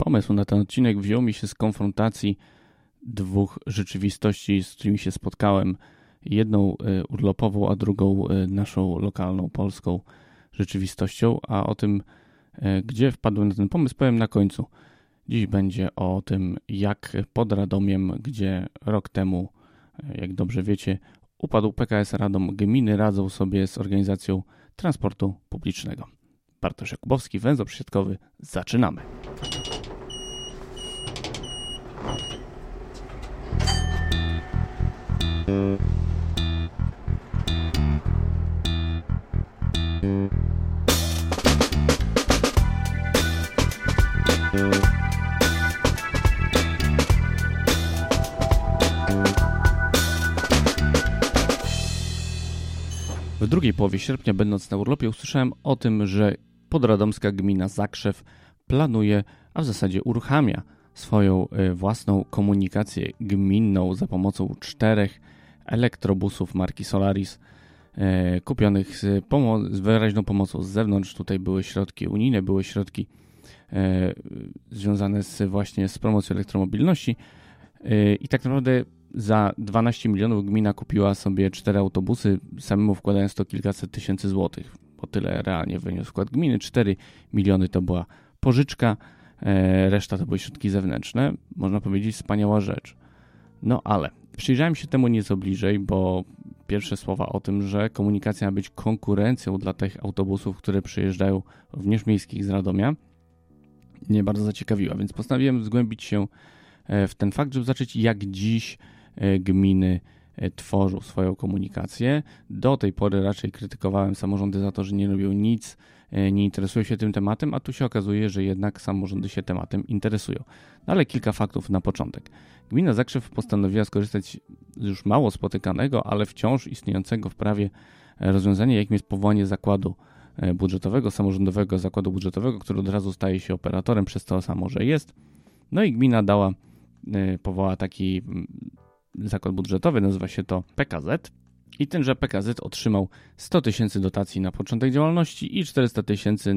Pomysł na ten odcinek wziął mi się z konfrontacji dwóch rzeczywistości, z którymi się spotkałem. Jedną urlopową, a drugą naszą lokalną, polską rzeczywistością. A o tym, gdzie wpadłem na ten pomysł, powiem na końcu. Dziś będzie o tym, jak pod Radomiem, gdzie rok temu, jak dobrze wiecie, upadł PKS Radom, gminy radzą sobie z organizacją transportu publicznego. Bartosz Jakubowski, węzeł przesiadkowy. Zaczynamy. W drugiej połowie sierpnia, będąc na urlopie, usłyszałem o tym, że podradomska gmina Zakrzew planuje, a w zasadzie uruchamia swoją własną komunikację gminną za pomocą 4 elektrobusów marki Solaris kupionych z wyraźną pomocą z zewnątrz. Tutaj były środki unijne, były środki związane właśnie z promocją elektromobilności i tak naprawdę za 12 milionów gmina kupiła sobie 4 autobusy, samemu wkładając to kilkaset tysięcy złotych, bo tyle realnie wyniósł wkład gminy. 4 miliony to była pożyczka, reszta to były środki zewnętrzne. Można powiedzieć, wspaniała rzecz. No ale przyjrzałem się temu nieco bliżej, bo pierwsze słowa o tym, że komunikacja ma być konkurencją dla tych autobusów, które przyjeżdżają również miejskich z Radomia, mnie bardzo zaciekawiła, więc postanowiłem zgłębić się w ten fakt, żeby zobaczyć, jak dziś gminy tworzą swoją komunikację. Do tej pory raczej krytykowałem samorządy za to, że nie robią nic, nie interesują się tym tematem, a tu się okazuje, że jednak samorządy się tematem interesują. No ale kilka faktów na początek. Gmina Zakrzew postanowiła skorzystać z już mało spotykanego, ale wciąż istniejącego w prawie rozwiązania, jakim jest powołanie zakładu budżetowego, samorządowego zakładu budżetowego, który od razu staje się operatorem przez to samo, że jest. No i gmina powołała taki zakład budżetowy, nazywa się to PKZ i tenże PKZ otrzymał 100 tysięcy dotacji na początek działalności i 400 tysięcy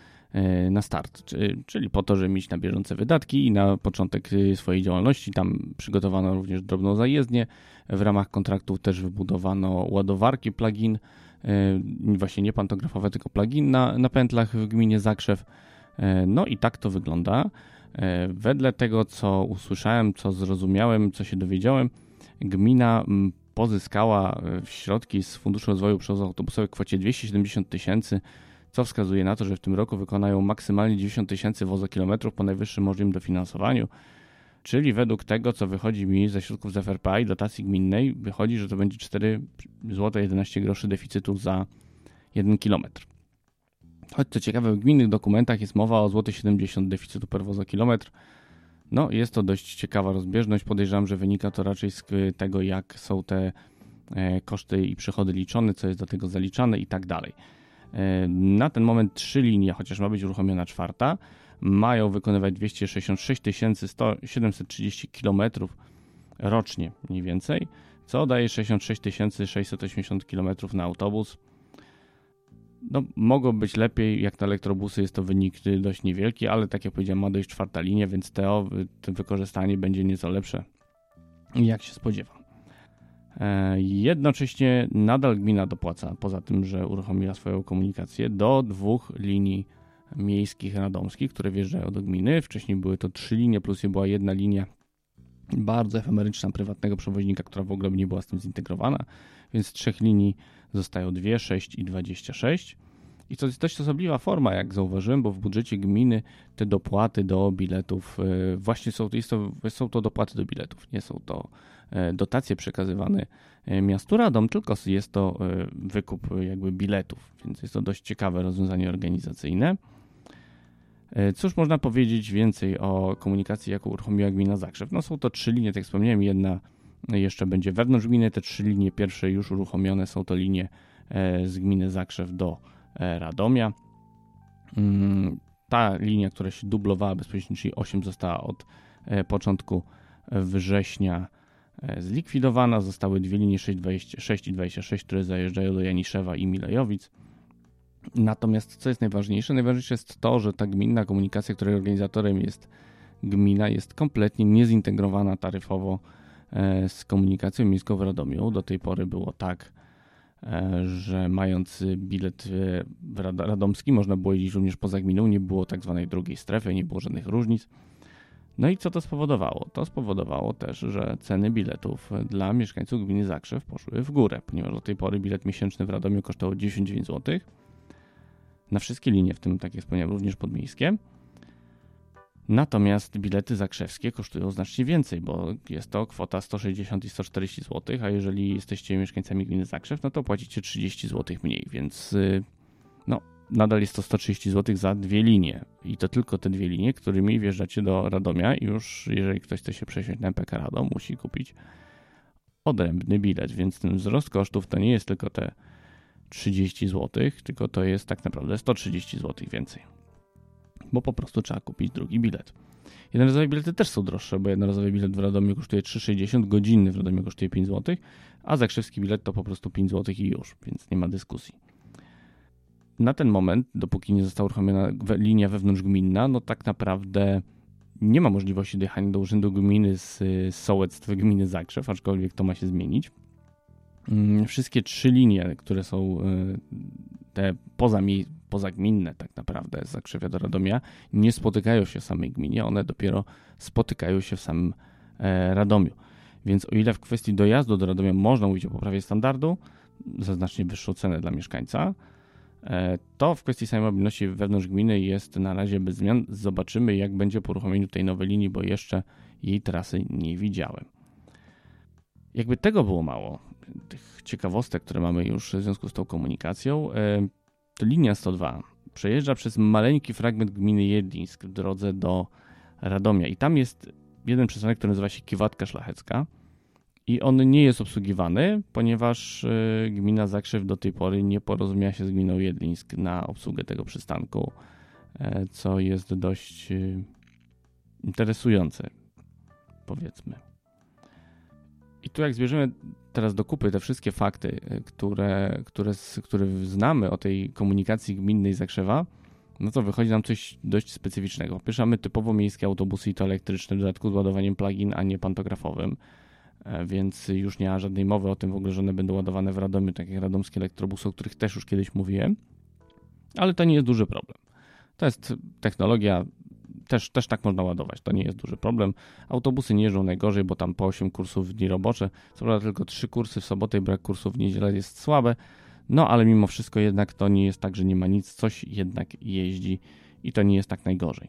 na start, czyli po to, żeby mieć na bieżące wydatki i na początek swojej działalności. Tam przygotowano również drobną zajezdnię, w ramach kontraktów też wybudowano ładowarki plug-in, właśnie nie pantografowe, tylko plug-in na pętlach w gminie Zakrzew. No i tak to wygląda. Wedle tego, co usłyszałem, co zrozumiałem, co się dowiedziałem, gmina pozyskała środki z Funduszu Rozwoju Przewozów Autobusowych w kwocie 270 tysięcy, co wskazuje na to, że w tym roku wykonają maksymalnie 90 tysięcy wozokilometrów po najwyższym możliwym dofinansowaniu. Czyli według tego, co wychodzi mi ze środków z FRPA i dotacji gminnej, wychodzi, że to będzie 4,11 zł deficytu za 1 kilometr. Choć co ciekawe, w gminnych dokumentach jest mowa o 0,70 zł deficytu per wozokilometr. No, jest to dość ciekawa rozbieżność. Podejrzewam, że wynika to raczej z tego, jak są te koszty i przychody liczone, co jest do tego zaliczane i tak dalej. Na ten moment 3 linie, chociaż ma być uruchomiona 4, mają wykonywać 266 730 km rocznie mniej więcej, co daje 66 680 km na autobus. No, mogło być lepiej, jak na elektrobusy jest to wynik dość niewielki, ale tak jak powiedziałem, ma dojść 4 linia, więc to wykorzystanie będzie nieco lepsze, jak się spodziewam. Jednocześnie nadal gmina dopłaca, poza tym, że uruchomiła swoją komunikację, do 2 linii miejskich radomskich, które wjeżdżają do gminy. Wcześniej były to 3 linie, plus była 1 linia bardzo efemeryczna prywatnego przewoźnika, która w ogóle nie była z tym zintegrowana, więc z 3 linii zostają 2, 6 i 26. I to jest dość osobliwa forma, jak zauważyłem, bo w budżecie gminy te dopłaty do biletów właśnie są to dopłaty do biletów. Nie są to dotacje przekazywane miastu Radom, tylko jest to wykup jakby biletów, więc jest to dość ciekawe rozwiązanie organizacyjne. Cóż można powiedzieć więcej o komunikacji, jaką uruchomiła gmina Zakrzew? No są to 3 linie, tak jak wspomniałem, jedna jeszcze będzie wewnątrz gminy. Te 3 linie pierwsze już uruchomione są to linie z gminy Zakrzew do Radomia. Ta linia, która się dublowała bezpośrednio, czyli 8, została od początku września zlikwidowana. Zostały 2 linie 6 i 26, które zajeżdżają do Janiszewa i Milejowic. Natomiast co jest najważniejsze? Najważniejsze jest to, że ta gminna komunikacja, której organizatorem jest gmina jest kompletnie niezintegrowana taryfowo z komunikacją miejską w Radomiu. Do tej pory było tak, że mając bilet radomski można było jeździć również poza gminą, nie było tak zwanej drugiej strefy, nie było żadnych różnic. No i co to spowodowało? To spowodowało też, że ceny biletów dla mieszkańców gminy Zakrzew poszły w górę, ponieważ do tej pory bilet miesięczny w Radomiu kosztował 99 zł na wszystkie linie, w tym, tak jak wspomniałem, również podmiejskie. Natomiast bilety zakrzewskie kosztują znacznie więcej, bo jest to kwota 160 i 140 zł, a jeżeli jesteście mieszkańcami gminy Zakrzew, no to płacicie 30 zł mniej, więc nadal jest to 130 zł za dwie linie. I to tylko te dwie linie, którymi wjeżdżacie do Radomia i już jeżeli ktoś chce się przesiąść na MPK Radom, musi kupić odrębny bilet, więc ten wzrost kosztów to nie jest tylko te 30 zł, tylko to jest tak naprawdę 130 zł więcej. Bo po prostu trzeba kupić drugi bilet. Jednorazowe bilety też są droższe, bo jednorazowy bilet w Radomiu kosztuje 3,60, godzinny w Radomiu kosztuje 5 zł, a zakrzewski bilet to po prostu 5 zł i już, więc nie ma dyskusji. Na ten moment, dopóki nie została uruchomiona linia wewnątrzgminna, no tak naprawdę nie ma możliwości dojechania do urzędu gminy z sołectw gminy Zakrzew, aczkolwiek to ma się zmienić. Wszystkie trzy linie, które są te pozagminne tak naprawdę z Zakrzewia do Radomia, nie spotykają się w samej gminie, one dopiero spotykają się w samym Radomiu. Więc o ile w kwestii dojazdu do Radomia można mówić o poprawie standardu za znacznie wyższą cenę dla mieszkańca, to w kwestii samej mobilności wewnątrz gminy jest na razie bez zmian. Zobaczymy, jak będzie po uruchomieniu tej nowej linii, bo jeszcze jej trasy nie widziałem. Jakby tego było mało, tych ciekawostek, które mamy już w związku z tą komunikacją, to linia 102 przejeżdża przez maleńki fragment gminy Jedlińsk w drodze do Radomia i tam jest jeden przystanek, który nazywa się Kiwatka Szlachecka i on nie jest obsługiwany, ponieważ gmina Zakrzew do tej pory nie porozumiała się z gminą Jedlińsk na obsługę tego przystanku, co jest dość interesujące, powiedzmy. I tu jak zbierzemy teraz do kupy te wszystkie fakty, które znamy o tej komunikacji gminnej Zakrzewa, no to wychodzi nam coś dość specyficznego. Po pierwsze mamy typowo miejskie autobusy i to elektryczne, w dodatku z ładowaniem plug-in, a nie pantografowym, więc już nie ma żadnej mowy o tym w ogóle, że one będą ładowane w Radomiu, tak jak radomskie elektrobusy, o których też już kiedyś mówiłem, ale to nie jest duży problem. To jest technologia, też tak można ładować, to nie jest duży problem. Autobusy nie jeżdżą najgorzej, bo tam po 8 kursów w dni robocze, co prawda tylko 3 kursy w sobotę i brak kursów w niedzielę jest słabe, no ale mimo wszystko jednak to nie jest tak, że nie ma nic, coś jednak jeździ i to nie jest tak najgorzej.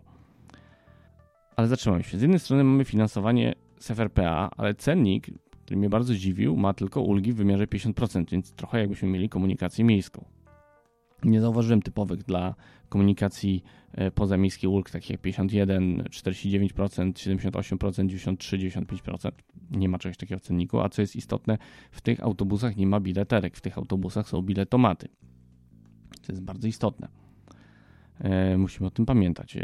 Ale zatrzymamy się. Z jednej strony mamy finansowanie z FRPA, ale cennik, który mnie bardzo dziwił, ma tylko ulgi w wymiarze 50%, więc trochę jakbyśmy mieli komunikację miejską. Nie zauważyłem typowych dla komunikacji pozamiejskiej ulg, takich jak 51, 49%, 78%, 93%, 95%. Nie ma czegoś takiego w cenniku, a co jest istotne, w tych autobusach nie ma bileterek, w tych autobusach są biletomaty. To jest bardzo istotne. Musimy o tym pamiętać.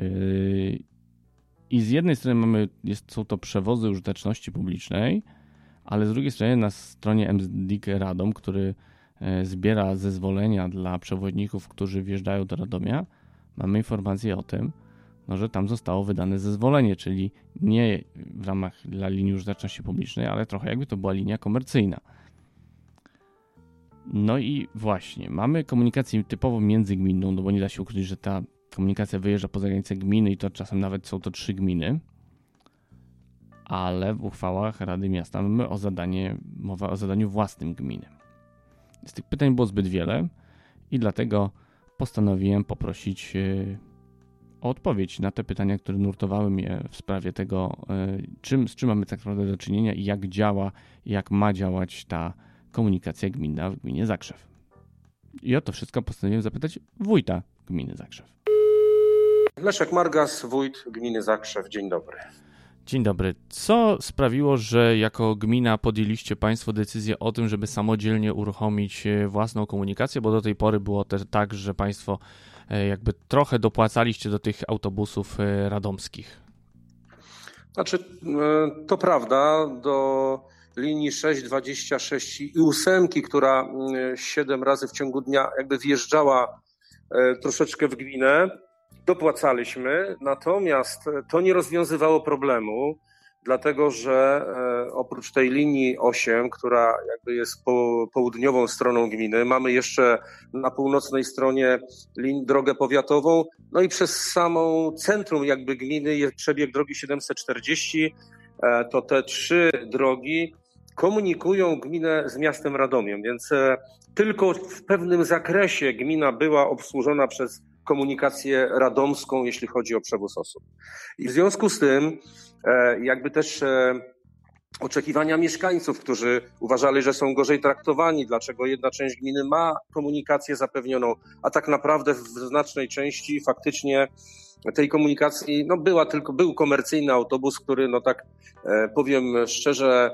I z jednej strony są to przewozy użyteczności publicznej, ale z drugiej strony na stronie MDIK Radom, który zbiera zezwolenia dla przewoźników, którzy wjeżdżają do Radomia, mamy informację o tym, że tam zostało wydane zezwolenie, czyli nie w ramach dla linii użyteczności publicznej, ale trochę jakby to była linia komercyjna. No i właśnie, mamy komunikację typowo międzygminną, no bo nie da się ukryć, że ta komunikacja wyjeżdża poza granicę gminy i to czasem nawet są to 3 gminy, ale w uchwałach Rady Miasta mamy mowa o zadaniu własnym gminy. Z tych pytań było zbyt wiele i dlatego postanowiłem poprosić o odpowiedź na te pytania, które nurtowały mnie w sprawie tego, z czym mamy tak naprawdę do czynienia i jak działa, jak ma działać ta komunikacja gminna w gminie Zakrzew. I o to wszystko postanowiłem zapytać wójta gminy Zakrzew. Leszek Margas, wójt gminy Zakrzew. Dzień dobry. Dzień dobry. Co sprawiło, że jako gmina podjęliście Państwo decyzję o tym, żeby samodzielnie uruchomić własną komunikację, bo do tej pory było też tak, że Państwo jakby trochę dopłacaliście do tych autobusów radomskich? Znaczy, to prawda, do linii 6, 26 i 8, która 7 razy w ciągu dnia jakby wjeżdżała troszeczkę w gminę, dopłacaliśmy, natomiast to nie rozwiązywało problemu, dlatego że oprócz tej linii 8, która jakby jest południową stroną gminy, mamy jeszcze na północnej stronie drogę powiatową, no i przez samą centrum jakby gminy jest przebieg drogi 740, to te 3 drogi komunikują gminę z miastem Radomiem, więc tylko w pewnym zakresie gmina była obsłużona przez komunikację radomską, jeśli chodzi o przewóz osób. I w związku z tym jakby też oczekiwania mieszkańców, którzy uważali, że są gorzej traktowani, dlaczego jedna część gminy ma komunikację zapewnioną, a tak naprawdę w znacznej części faktycznie tej komunikacji był komercyjny autobus, który powiem szczerze,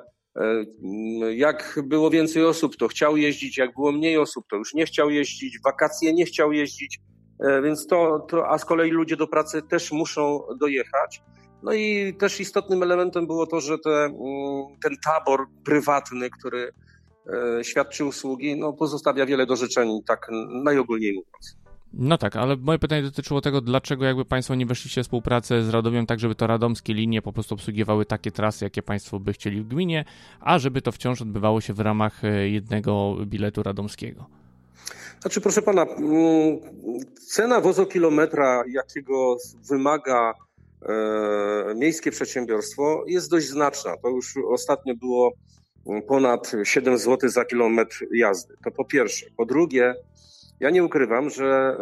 jak było więcej osób, to chciał jeździć, jak było mniej osób, to już nie chciał jeździć, w wakacje nie chciał jeździć, więc a z kolei ludzie do pracy też muszą dojechać. No i też istotnym elementem było to, że ten tabor prywatny, który świadczy usługi, pozostawia wiele do życzeń, tak najogólniej mówiąc. No tak, ale moje pytanie dotyczyło tego, dlaczego jakby Państwo nie weszliście w współpracę z Radomiem tak, żeby to radomskie linie po prostu obsługiwały takie trasy, jakie Państwo by chcieli w gminie, a żeby to wciąż odbywało się w ramach jednego biletu radomskiego. Znaczy, proszę pana, cena wozokilometra, jakiego wymaga miejskie przedsiębiorstwo, jest dość znaczna. To już ostatnio było ponad 7 zł za kilometr jazdy. To po pierwsze. Po drugie, ja nie ukrywam, że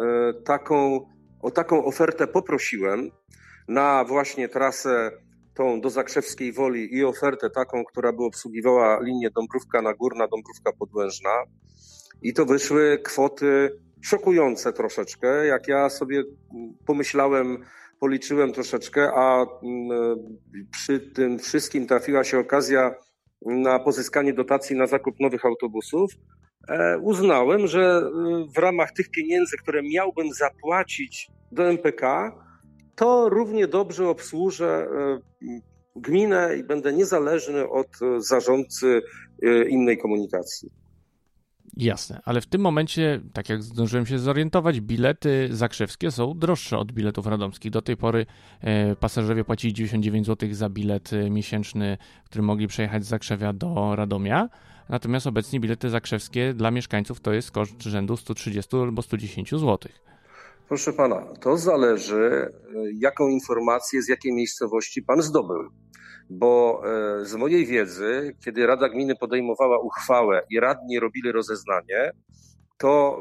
o taką ofertę poprosiłem na właśnie trasę tą do Zakrzewskiej Woli i ofertę taką, która by obsługiwała linię Dąbrówka Nagórna, Dąbrówka Podłężna. I to wyszły kwoty szokujące troszeczkę. Jak ja sobie pomyślałem, policzyłem troszeczkę, a przy tym wszystkim trafiła się okazja na pozyskanie dotacji na zakup nowych autobusów, uznałem, że w ramach tych pieniędzy, które miałbym zapłacić do MPK, to równie dobrze obsłużę gminę i będę niezależny od zarządcy innej komunikacji. Jasne, ale w tym momencie, tak jak zdążyłem się zorientować, bilety zakrzewskie są droższe od biletów radomskich. Do tej pory pasażerowie płacili 99 zł za bilet miesięczny, który mogli przejechać z Zakrzewia do Radomia, natomiast obecnie bilety zakrzewskie dla mieszkańców to jest koszt rzędu 130 albo 110 zł. Proszę pana, to zależy, jaką informację z jakiej miejscowości pan zdobył. Bo z mojej wiedzy, kiedy Rada Gminy podejmowała uchwałę i radni robili rozeznanie, to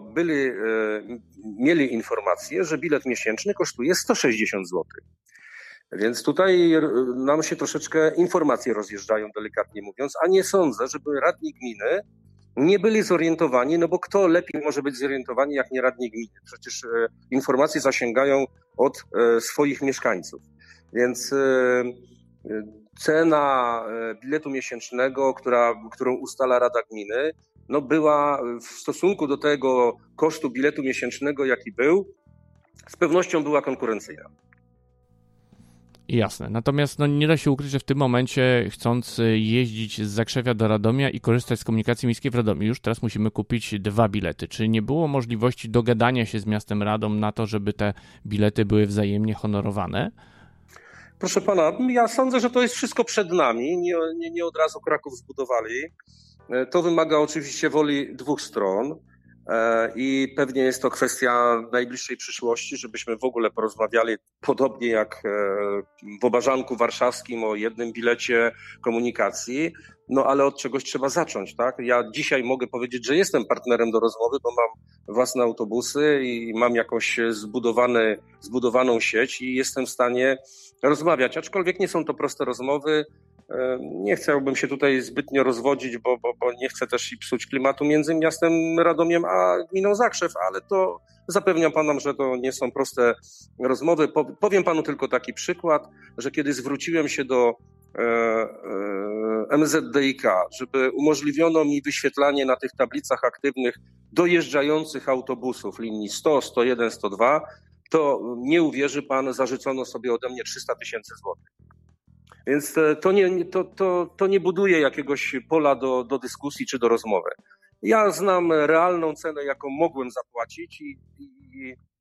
mieli informację, że bilet miesięczny kosztuje 160 zł. Więc tutaj nam się troszeczkę informacje rozjeżdżają, delikatnie mówiąc, a nie sądzę, żeby radni gminy nie byli zorientowani, no bo kto lepiej może być zorientowani jak nie radni gminy? Przecież informacje zasięgają od swoich mieszkańców. Więc cena biletu miesięcznego, którą ustala Rada Gminy, była w stosunku do tego kosztu biletu miesięcznego, jaki był, z pewnością była konkurencyjna. Jasne, natomiast nie da się ukryć, że w tym momencie, chcąc jeździć z Zakrzewia do Radomia i korzystać z komunikacji miejskiej w Radomiu, już teraz musimy kupić 2 bilety. Czy nie było możliwości dogadania się z miastem Radom na to, żeby te bilety były wzajemnie honorowane? Proszę pana, ja sądzę, że to jest wszystko przed nami. Nie od razu Kraków zbudowali. To wymaga oczywiście woli 2 stron i pewnie jest to kwestia najbliższej przyszłości, żebyśmy w ogóle porozmawiali podobnie jak w Obarzanku Warszawskim o jednym bilecie komunikacji. Ale od czegoś trzeba zacząć, tak? Ja dzisiaj mogę powiedzieć, że jestem partnerem do rozmowy, bo mam własne autobusy i mam jakąś zbudowaną sieć i jestem w stanie rozmawiać, aczkolwiek nie są to proste rozmowy. Nie chciałbym się tutaj zbytnio rozwodzić, bo nie chcę też i psuć klimatu między miastem Radomiem a gminą Zakrzew, ale to zapewniam pana, że to nie są proste rozmowy. Powiem panu tylko taki przykład, że kiedy zwróciłem się do MZDiK, żeby umożliwiono mi wyświetlanie na tych tablicach aktywnych dojeżdżających autobusów linii 100, 101, 102, to nie uwierzy pan, zażycono sobie ode mnie 300 000 złotych. Więc to nie buduje jakiegoś pola do dyskusji czy do rozmowy. Ja znam realną cenę, jaką mogłem zapłacić i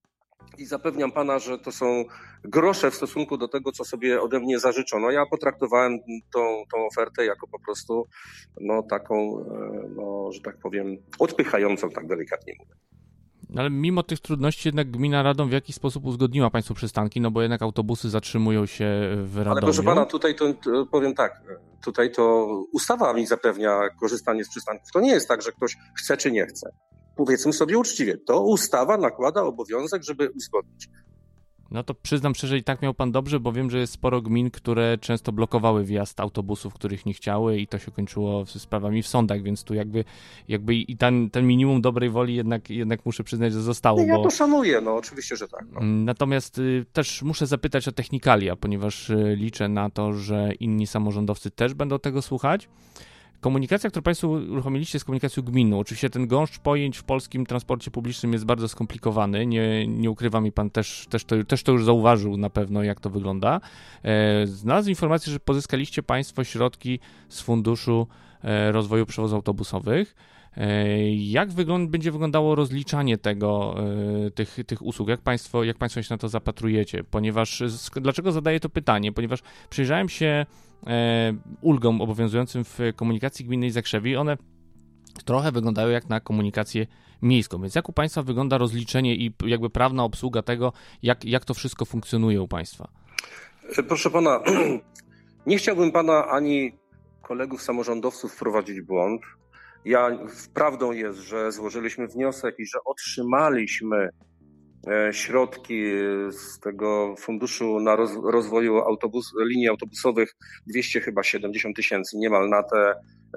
i zapewniam pana, że to są grosze w stosunku do tego, co sobie ode mnie zażyczono. Ja potraktowałem tą ofertę jako po prostu taką, że tak powiem, odpychającą, tak delikatnie mówię. Ale mimo tych trudności jednak gmina Radom w jakiś sposób uzgodniła państwu przystanki, no bo jednak autobusy zatrzymują się w Radomiu. Ale proszę pana, tutaj to powiem tak, tutaj to ustawa mi zapewnia korzystanie z przystanków. To nie jest tak, że ktoś chce czy nie chce. Powiedzmy sobie uczciwie, to ustawa nakłada obowiązek, żeby uzgodnić. No to przyznam szczerze, i tak miał pan dobrze, bo wiem, że jest sporo gmin, które często blokowały wjazd autobusów, których nie chciały i to się kończyło sprawami w sądach, więc tu jakby i ten minimum dobrej woli jednak muszę przyznać, że zostało. Ja to szanuję, oczywiście, że tak. Natomiast też muszę zapytać o technikalia, ponieważ liczę na to, że inni samorządowcy też będą tego słuchać. Komunikacja, którą państwo uruchomiliście, jest komunikacją gminną. Oczywiście ten gąszcz pojęć w polskim transporcie publicznym jest bardzo skomplikowany. Nie ukrywam, i pan też to już zauważył na pewno, jak to wygląda. Znalazłem informację, że pozyskaliście państwo środki z Funduszu Rozwoju Przewozów Autobusowych. Jak będzie wyglądało rozliczanie tych usług? Jak państwo się na to zapatrujecie? Dlaczego zadaję to pytanie? Ponieważ przyjrzałem się ulgom obowiązującym w komunikacji gminnej Zakrzewie i one trochę wyglądają jak na komunikację miejską. Więc jak u państwa wygląda rozliczenie i jakby prawna obsługa tego, jak to wszystko funkcjonuje u państwa? Proszę pana, nie chciałbym pana ani kolegów samorządowców wprowadzić w błąd. Prawdą jest, że złożyliśmy wniosek i że otrzymaliśmy środki z tego funduszu na rozwoju linii autobusowych 270 tysięcy niemal na te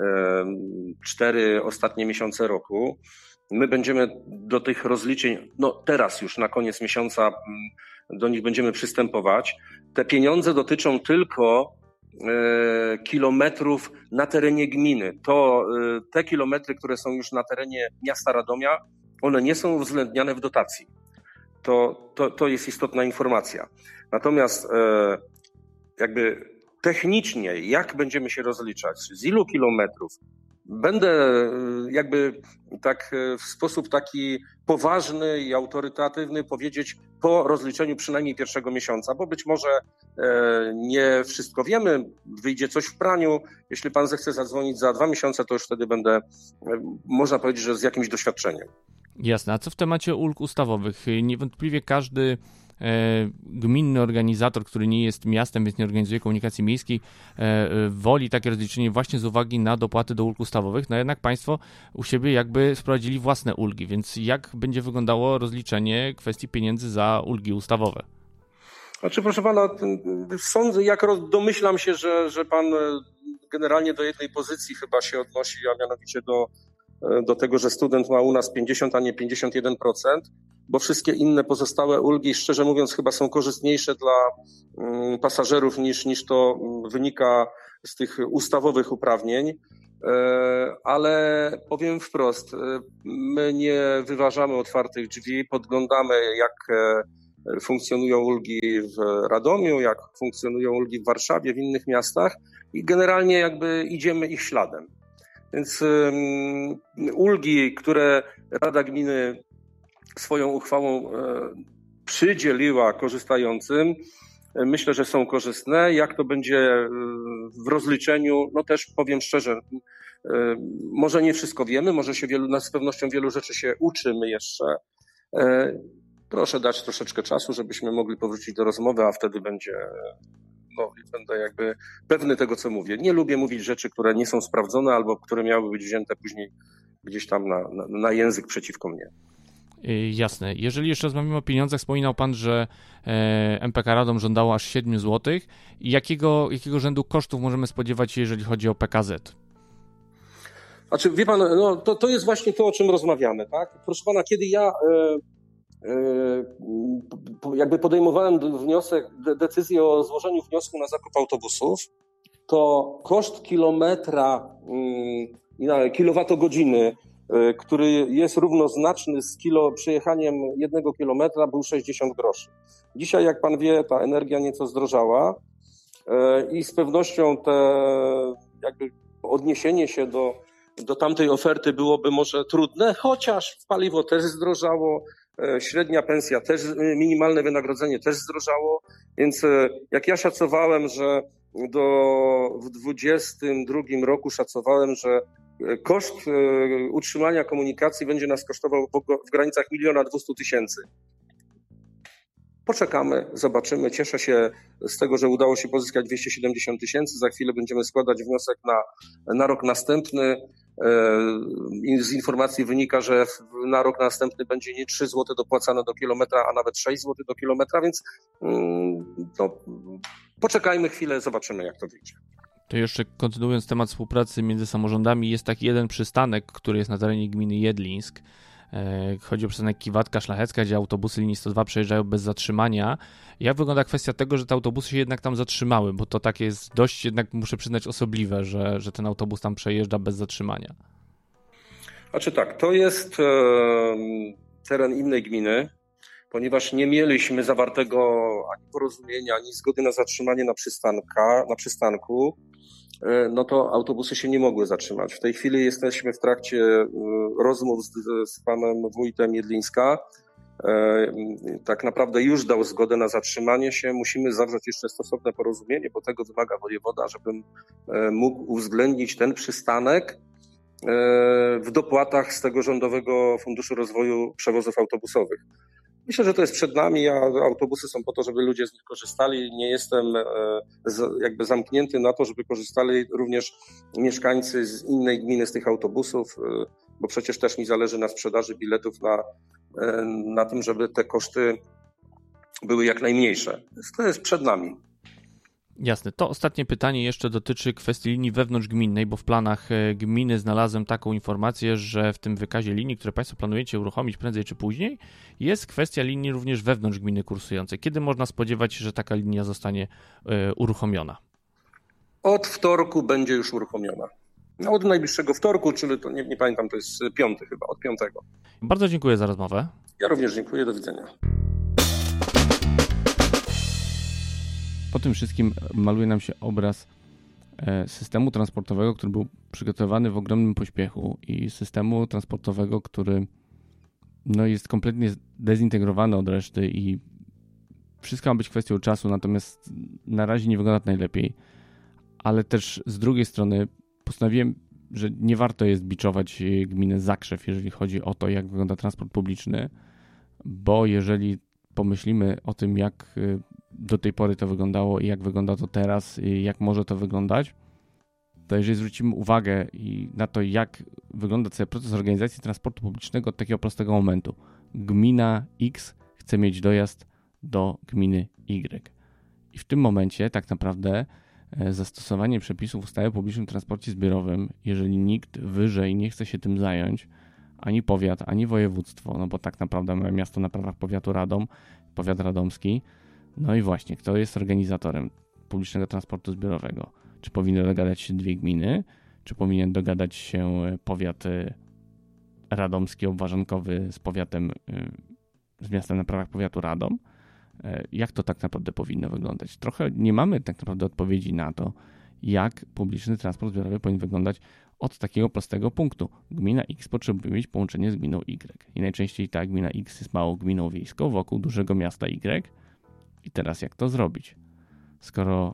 4 ostatnie miesiące roku. My będziemy do tych rozliczeń, teraz już na koniec miesiąca do nich będziemy przystępować. Te pieniądze dotyczą tylko kilometrów na terenie gminy. Te kilometry, które są już na terenie miasta Radomia, one nie są uwzględniane w dotacji. To jest istotna informacja. Natomiast jakby technicznie, jak będziemy się rozliczać, z ilu kilometrów, będę jakby tak w sposób taki poważny i autorytatywny powiedzieć po rozliczeniu przynajmniej pierwszego miesiąca, bo być może nie wszystko wiemy, wyjdzie coś w praniu. Jeśli pan zechce zadzwonić za 2 miesiące, to już wtedy będę, można powiedzieć, że z jakimś doświadczeniem. Jasne, a co w temacie ulg ustawowych? Niewątpliwie każdy gminny organizator, który nie jest miastem, więc nie organizuje komunikacji miejskiej, woli takie rozliczenie właśnie z uwagi na dopłaty do ulg ustawowych, no jednak państwo u siebie jakby sprowadzili własne ulgi, więc jak będzie wyglądało rozliczenie kwestii pieniędzy za ulgi ustawowe? Znaczy, proszę pana, sądzę, domyślam się, że pan generalnie do jednej pozycji chyba się odnosi, a mianowicie do tego, że student ma u nas 50, a nie 51%, bo wszystkie inne pozostałe ulgi, szczerze mówiąc, chyba są korzystniejsze dla pasażerów niż to wynika z tych ustawowych uprawnień. Ale powiem wprost, my nie wyważamy otwartych drzwi, podglądamy, jak funkcjonują ulgi w Radomiu, jak funkcjonują ulgi w Warszawie, w innych miastach i generalnie jakby idziemy ich śladem. Więc ulgi, które Rada Gminy swoją uchwałą przydzieliła korzystającym, myślę, że są korzystne. Jak to będzie w rozliczeniu, też powiem szczerze, może nie wszystko wiemy, może się z pewnością wielu rzeczy się uczymy jeszcze. Proszę dać troszeczkę czasu, żebyśmy mogli powrócić do rozmowy, a wtedy będę jakby pewny tego, co mówię. Nie lubię mówić rzeczy, które nie są sprawdzone albo które miały być wzięte później gdzieś tam na język przeciwko mnie. Jasne. Jeżeli jeszcze rozmawiamy o pieniądzach, wspominał pan, że MPK Radom żądało aż 7 zł. I jakiego rzędu kosztów możemy spodziewać się, jeżeli chodzi o PKZ? Znaczy, wie pan, to jest właśnie to, o czym rozmawiamy, tak? Proszę pana, kiedy ja jakby podejmowałem decyzję o złożeniu wniosku na zakup autobusów, to koszt kilometra, kilowatogodziny, który jest równoznaczny z przejechaniem 1 kilometra, był 60 groszy. Dzisiaj, jak pan wie, ta energia nieco zdrożała i z pewnością jakby odniesienie się do tamtej oferty byłoby może trudne, chociaż paliwo też zdrożało, średnia pensja też, minimalne wynagrodzenie też zdrożało, więc jak ja szacowałem, że w 2022 roku szacowałem, że koszt utrzymania komunikacji będzie nas kosztował w granicach 1 200 000. Poczekamy, zobaczymy. Cieszę się z tego, że udało się pozyskać 270 000. Za chwilę będziemy składać wniosek na rok następny. Z informacji wynika, że na rok następny będzie nie 3 zł dopłacane do kilometra, a nawet 6 zł do kilometra, więc poczekajmy chwilę, zobaczymy, jak to wyjdzie. To jeszcze kontynuując temat współpracy między samorządami, jest taki jeden przystanek, który jest na terenie gminy Jedlińsk. Chodzi o przystanek Kiwatka Szlachecka, gdzie autobusy linii 102 przejeżdżają bez zatrzymania. Jak wygląda kwestia tego, że te autobusy się jednak tam zatrzymały? Bo to takie jest dość, jednak muszę przyznać, osobliwe, że ten autobus tam przejeżdża bez zatrzymania. Znaczy tak, to jest teren innej gminy, ponieważ nie mieliśmy zawartego ani porozumienia, ani zgody na zatrzymanie na przystanku, no to autobusy się nie mogły zatrzymać. W tej chwili jesteśmy w trakcie rozmów z panem wójtem Jedlińska. Tak naprawdę już dał zgodę na zatrzymanie się. Musimy zawrzeć jeszcze stosowne porozumienie, bo tego wymaga wojewoda, żebym mógł uwzględnić ten przystanek w dopłatach z tego Rządowego Funduszu Rozwoju Przewozów Autobusowych. Myślę, że to jest przed nami, a autobusy są po to, żeby ludzie z nich korzystali. Nie jestem jakby zamknięty na to, żeby korzystali również mieszkańcy z innej gminy z tych autobusów, bo przecież też mi zależy na sprzedaży biletów, na tym, żeby te koszty były jak najmniejsze. To jest przed nami. Jasne. To ostatnie pytanie jeszcze dotyczy kwestii linii wewnątrzgminnej, bo w planach gminy znalazłem taką informację, że w tym wykazie linii, które Państwo planujecie uruchomić prędzej czy później, jest kwestia linii również wewnątrz gminy kursującej. Kiedy można spodziewać się, że taka linia zostanie uruchomiona? Od wtorku będzie już uruchomiona. No, od najbliższego wtorku, czyli to nie pamiętam, to jest 5 chyba, od 5. Bardzo dziękuję za rozmowę. Ja również dziękuję, do widzenia. Po tym wszystkim maluje nam się obraz systemu transportowego, który był przygotowany w ogromnym pośpiechu i systemu transportowego, który jest kompletnie dezintegrowany od reszty i wszystko ma być kwestią czasu, natomiast na razie nie wygląda najlepiej. Ale też z drugiej strony postanowiłem, że nie warto jest biczować gminy Zakrzew, jeżeli chodzi o to, jak wygląda transport publiczny, bo jeżeli pomyślimy o tym, jak do tej pory to wyglądało i jak wygląda to teraz i jak może to wyglądać, to jeżeli zwrócimy uwagę na to, jak wygląda cały proces organizacji transportu publicznego od takiego prostego momentu. Gmina X chce mieć dojazd do gminy Y. I w tym momencie tak naprawdę zastosowanie przepisów ustawy o publicznym transporcie zbiorowym, jeżeli nikt wyżej nie chce się tym zająć, ani powiat, ani województwo, no bo tak naprawdę mamy miasto na prawach powiatu Radom, powiat radomski. No i właśnie, kto jest organizatorem publicznego transportu zbiorowego? Czy powinny dogadać się dwie gminy? Czy powinien dogadać się powiat radomski, obwarzankowy z powiatem, z miastem na prawach powiatu Radom? Jak to tak naprawdę powinno wyglądać? Trochę nie mamy tak naprawdę odpowiedzi na to, jak publiczny transport zbiorowy powinien wyglądać od takiego prostego punktu. Gmina X potrzebuje mieć połączenie z gminą Y. I najczęściej ta gmina X jest małą gminą wiejską wokół dużego miasta Y. I teraz jak to zrobić? Skoro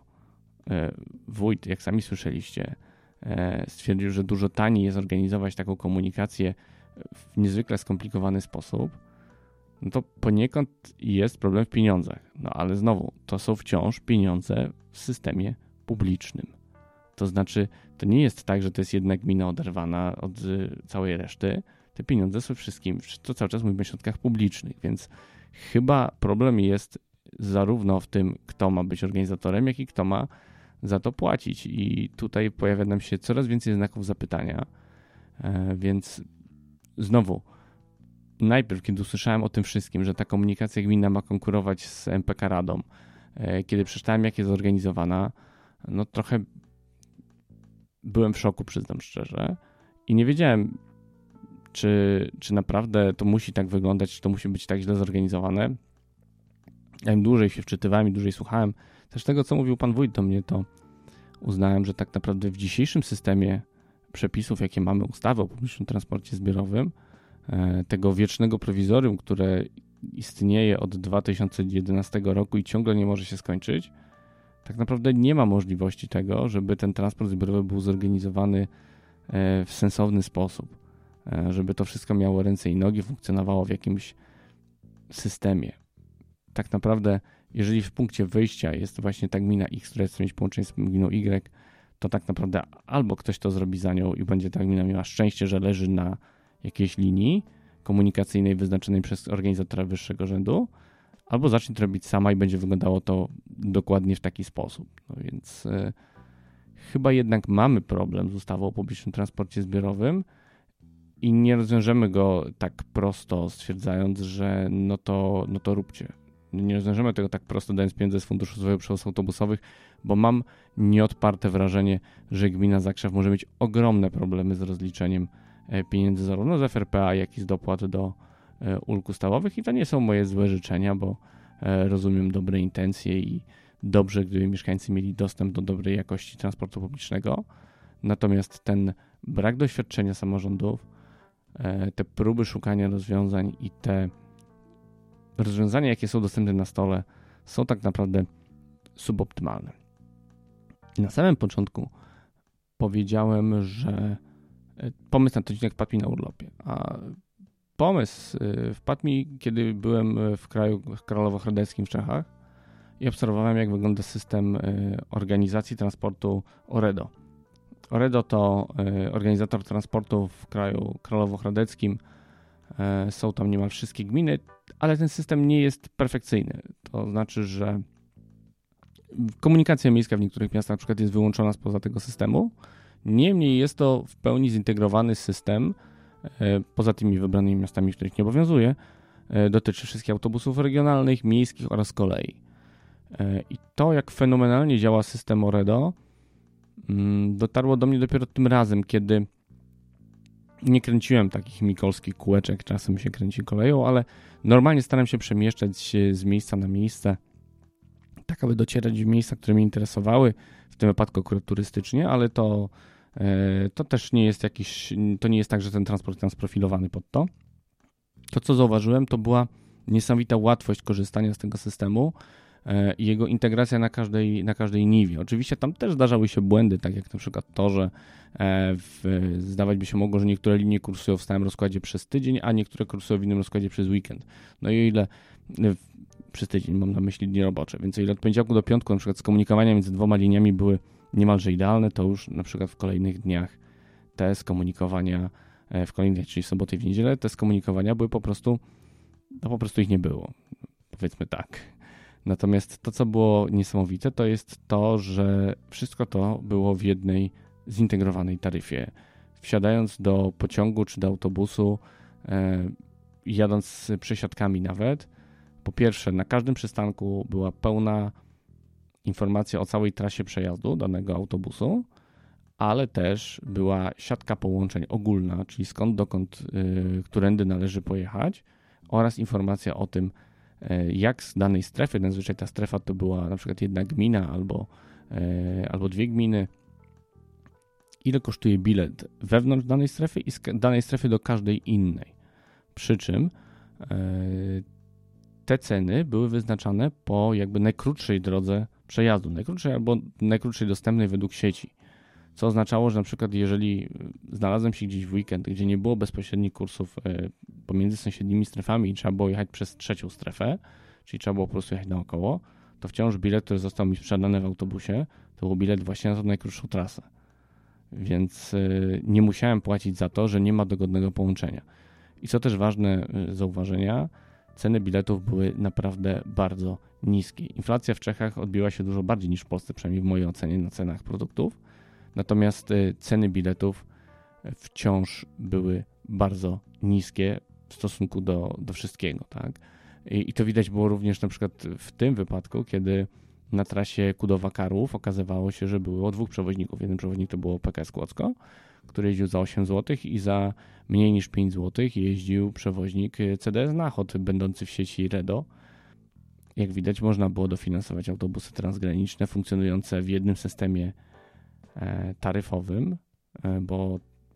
wójt, jak sami słyszeliście, stwierdził, że dużo taniej jest organizować taką komunikację w niezwykle skomplikowany sposób, no to poniekąd jest problem w pieniądzach. No ale znowu, to są wciąż pieniądze w systemie publicznym. To znaczy, to nie jest tak, że to jest jedna gmina oderwana od całej reszty. Te pieniądze są wszystkim, to cały czas mówimy o środkach publicznych, więc chyba problem jest zarówno w tym, kto ma być organizatorem, jak i kto ma za to płacić. I tutaj pojawia nam się coraz więcej znaków zapytania. Więc znowu, najpierw, kiedy usłyszałem o tym wszystkim, że ta komunikacja gminna ma konkurować z MPK Radom, kiedy przeczytałem, jak jest zorganizowana, no trochę byłem w szoku, przyznam szczerze. I nie wiedziałem, czy naprawdę to musi tak wyglądać, czy to musi być tak źle zorganizowane. Im dłużej się wczytywałem i dłużej słuchałem też tego, co mówił pan wójt do mnie, to uznałem, że tak naprawdę w dzisiejszym systemie przepisów, jakie mamy, ustawy o publicznym transporcie zbiorowym, tego wiecznego prowizorium, które istnieje od 2011 roku i ciągle nie może się skończyć, tak naprawdę nie ma możliwości tego, żeby ten transport zbiorowy był zorganizowany w sensowny sposób, żeby to wszystko miało ręce i nogi, funkcjonowało w jakimś systemie. Tak naprawdę, jeżeli w punkcie wyjścia jest właśnie ta gmina X, która chce mieć połączenie z gminą Y, to tak naprawdę albo ktoś to zrobi za nią i będzie ta gmina miała szczęście, że leży na jakiejś linii komunikacyjnej wyznaczonej przez organizatora wyższego rzędu, albo zacznie to robić sama i będzie wyglądało to dokładnie w taki sposób. No więc chyba jednak mamy problem z ustawą o publicznym transporcie zbiorowym i nie rozwiążemy go tak prosto, stwierdzając, że no to róbcie. Nie rozwiążemy tego tak prosto, dając pieniądze z Funduszu Rozwoju Przewozów Autobusowych, bo mam nieodparte wrażenie, że gmina Zakrzew może mieć ogromne problemy z rozliczeniem pieniędzy zarówno z FRPA, jak i z dopłat do ulg ustawowych i to nie są moje złe życzenia, bo rozumiem dobre intencje i dobrze, gdyby mieszkańcy mieli dostęp do dobrej jakości transportu publicznego. Natomiast ten brak doświadczenia samorządów, te próby szukania rozwiązań i te rozwiązania, jakie są dostępne na stole, są tak naprawdę suboptymalne. I na samym początku powiedziałem, że pomysł na ten odcinek wpadł mi na urlopie, a pomysł wpadł mi, kiedy byłem w kraju Kralowo-Hradeckim w Czechach i obserwowałem, jak wygląda system organizacji transportu Oredo. Oredo to organizator transportu w kraju Kralowo-Hradeckim. Są tam niemal wszystkie gminy, ale ten system nie jest perfekcyjny. To znaczy, że komunikacja miejska w niektórych miastach na przykład jest wyłączona spoza tego systemu. Niemniej jest to w pełni zintegrowany system, poza tymi wybranymi miastami, w których nie obowiązuje, dotyczy wszystkich autobusów regionalnych, miejskich oraz kolei. I to, jak fenomenalnie działa system Oredo, dotarło do mnie dopiero tym razem, kiedy nie kręciłem takich mikolskich kółeczek, czasem się kręci koleją, ale normalnie staram się przemieszczać z miejsca na miejsce, tak aby docierać w miejsca, które mnie interesowały, w tym wypadku akurat turystycznie, ale to też nie jest to nie jest tak, że ten transport jest sprofilowany pod to. To, co zauważyłem, to była niesamowita łatwość korzystania z tego systemu i jego integracja na każdej niwie. Oczywiście tam też zdarzały się błędy, tak jak na przykład to, że zdawać by się mogło, że niektóre linie kursują w stałym rozkładzie przez tydzień, a niektóre kursują w innym rozkładzie przez weekend. No i o ile przez tydzień mam na myśli dni robocze, więc o ile od poniedziałku do piątku na przykład skomunikowania między dwoma liniami były niemalże idealne, to już na przykład w kolejnych dniach te skomunikowania, czyli w sobotę i w niedzielę, te skomunikowania były po prostu ich nie było. Powiedzmy tak. Natomiast to, co było niesamowite, to jest to, że wszystko to było w jednej zintegrowanej taryfie. Wsiadając do pociągu czy do autobusu, jadąc przesiadkami nawet, po pierwsze, na każdym przystanku była pełna informacja o całej trasie przejazdu danego autobusu, ale też była siatka połączeń ogólna, czyli skąd, dokąd, którędy należy pojechać, oraz informacja o tym, jak z danej strefy, zazwyczaj ta strefa to była na przykład jedna gmina albo dwie gminy, ile kosztuje bilet wewnątrz danej strefy i z danej strefy do każdej innej. Przy czym te ceny były wyznaczane po jakby najkrótszej drodze przejazdu, najkrótszej albo najkrótszej dostępnej według sieci. Co oznaczało, że na przykład jeżeli znalazłem się gdzieś w weekend, gdzie nie było bezpośrednich kursów pomiędzy sąsiednimi strefami i trzeba było jechać przez trzecią strefę, czyli trzeba było po prostu jechać naokoło, to wciąż bilet, który został mi sprzedany w autobusie, to był bilet właśnie na tą najkrótszą trasę. Więc nie musiałem płacić za to, że nie ma dogodnego połączenia. I co też ważne zauważenia, ceny biletów były naprawdę bardzo niskie. Inflacja w Czechach odbiła się dużo bardziej niż w Polsce, przynajmniej w mojej ocenie, na cenach produktów. Natomiast ceny biletów wciąż były bardzo niskie w stosunku do wszystkiego, tak? I to widać było również na przykład w tym wypadku, kiedy na trasie Kudowa-Karłów okazywało się, że było dwóch przewoźników. Jeden przewoźnik to było PKS Kłodzko, który jeździł za 8 zł i za mniej niż 5 zł jeździł przewoźnik CDS Nachod, będący w sieci REDO. Jak widać, można było dofinansować autobusy transgraniczne funkcjonujące w jednym systemie taryfowym, bo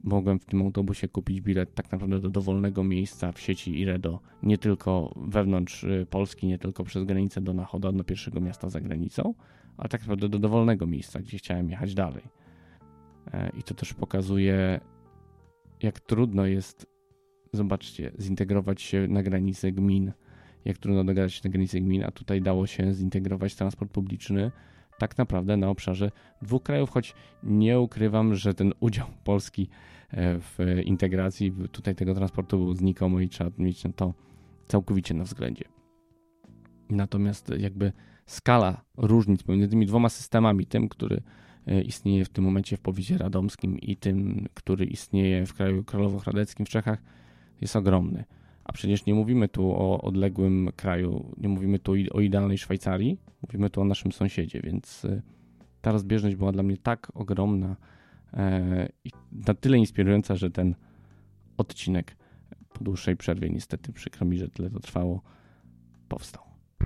mogłem w tym autobusie kupić bilet tak naprawdę do dowolnego miejsca w sieci Iredo, nie tylko wewnątrz Polski, nie tylko przez granicę do Nachoda, do pierwszego miasta za granicą, ale tak naprawdę do dowolnego miejsca, gdzie chciałem jechać dalej. I to też pokazuje, jak trudno jest, zobaczcie, zintegrować się na granicy gmin, jak trudno dogadać się na granicy gmin, a tutaj dało się zintegrować transport publiczny tak naprawdę na obszarze 2 krajów, choć nie ukrywam, że ten udział Polski w integracji tutaj tego transportu był znikomy i trzeba mieć to całkowicie na względzie. Natomiast jakby skala różnic pomiędzy tymi 2 systemami, tym, który istnieje w tym momencie w powiecie radomskim i tym, który istnieje w kraju królowo-hradeckim w Czechach, jest ogromny. A przecież nie mówimy tu o odległym kraju, nie mówimy tu o idealnej Szwajcarii, mówimy tu o naszym sąsiedzie, więc ta rozbieżność była dla mnie tak ogromna i na tyle inspirująca, że ten odcinek po dłuższej przerwie, niestety przykro mi, że tyle to trwało, powstał.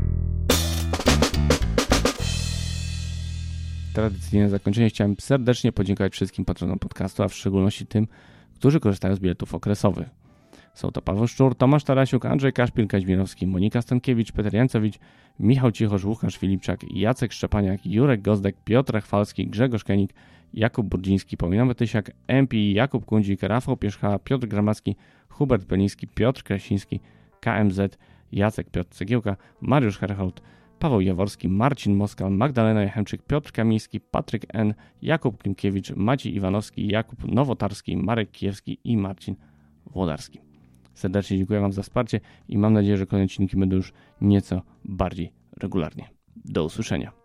Tradycyjnie na zakończenie chciałem serdecznie podziękować wszystkim patronom podcastu, a w szczególności tym, którzy korzystają z biletów okresowych. Są to Paweł Szczur, Tomasz Tarasiuk, Andrzej Kaszpil, Kaźmirowski, Monika Stankiewicz, Peter Jańcowicz, Michał Cichosz, Łukasz Filipczak, Jacek Szczepaniak, Jurek Gozdek, Piotr Chwalski, Grzegorz Kenik, Jakub Burdziński, Paulina Betysiak, MP, Jakub Kundzik, Rafał Pierzcha, Piotr Gramacki, Hubert Peliński, Piotr Krasiński, KMZ, Jacek Piotr Cegiełka, Mariusz Herhold, Paweł Jaworski, Marcin Moskal, Magdalena Jachemczyk, Piotr Kamiński, Patryk N., Jakub Klimkiewicz, Maciej Iwanowski, Jakub Nowotarski, Marek Kijewski i Marcin Włodarski. Serdecznie dziękuję Wam za wsparcie i mam nadzieję, że kolejne odcinki będą już nieco bardziej regularnie. Do usłyszenia.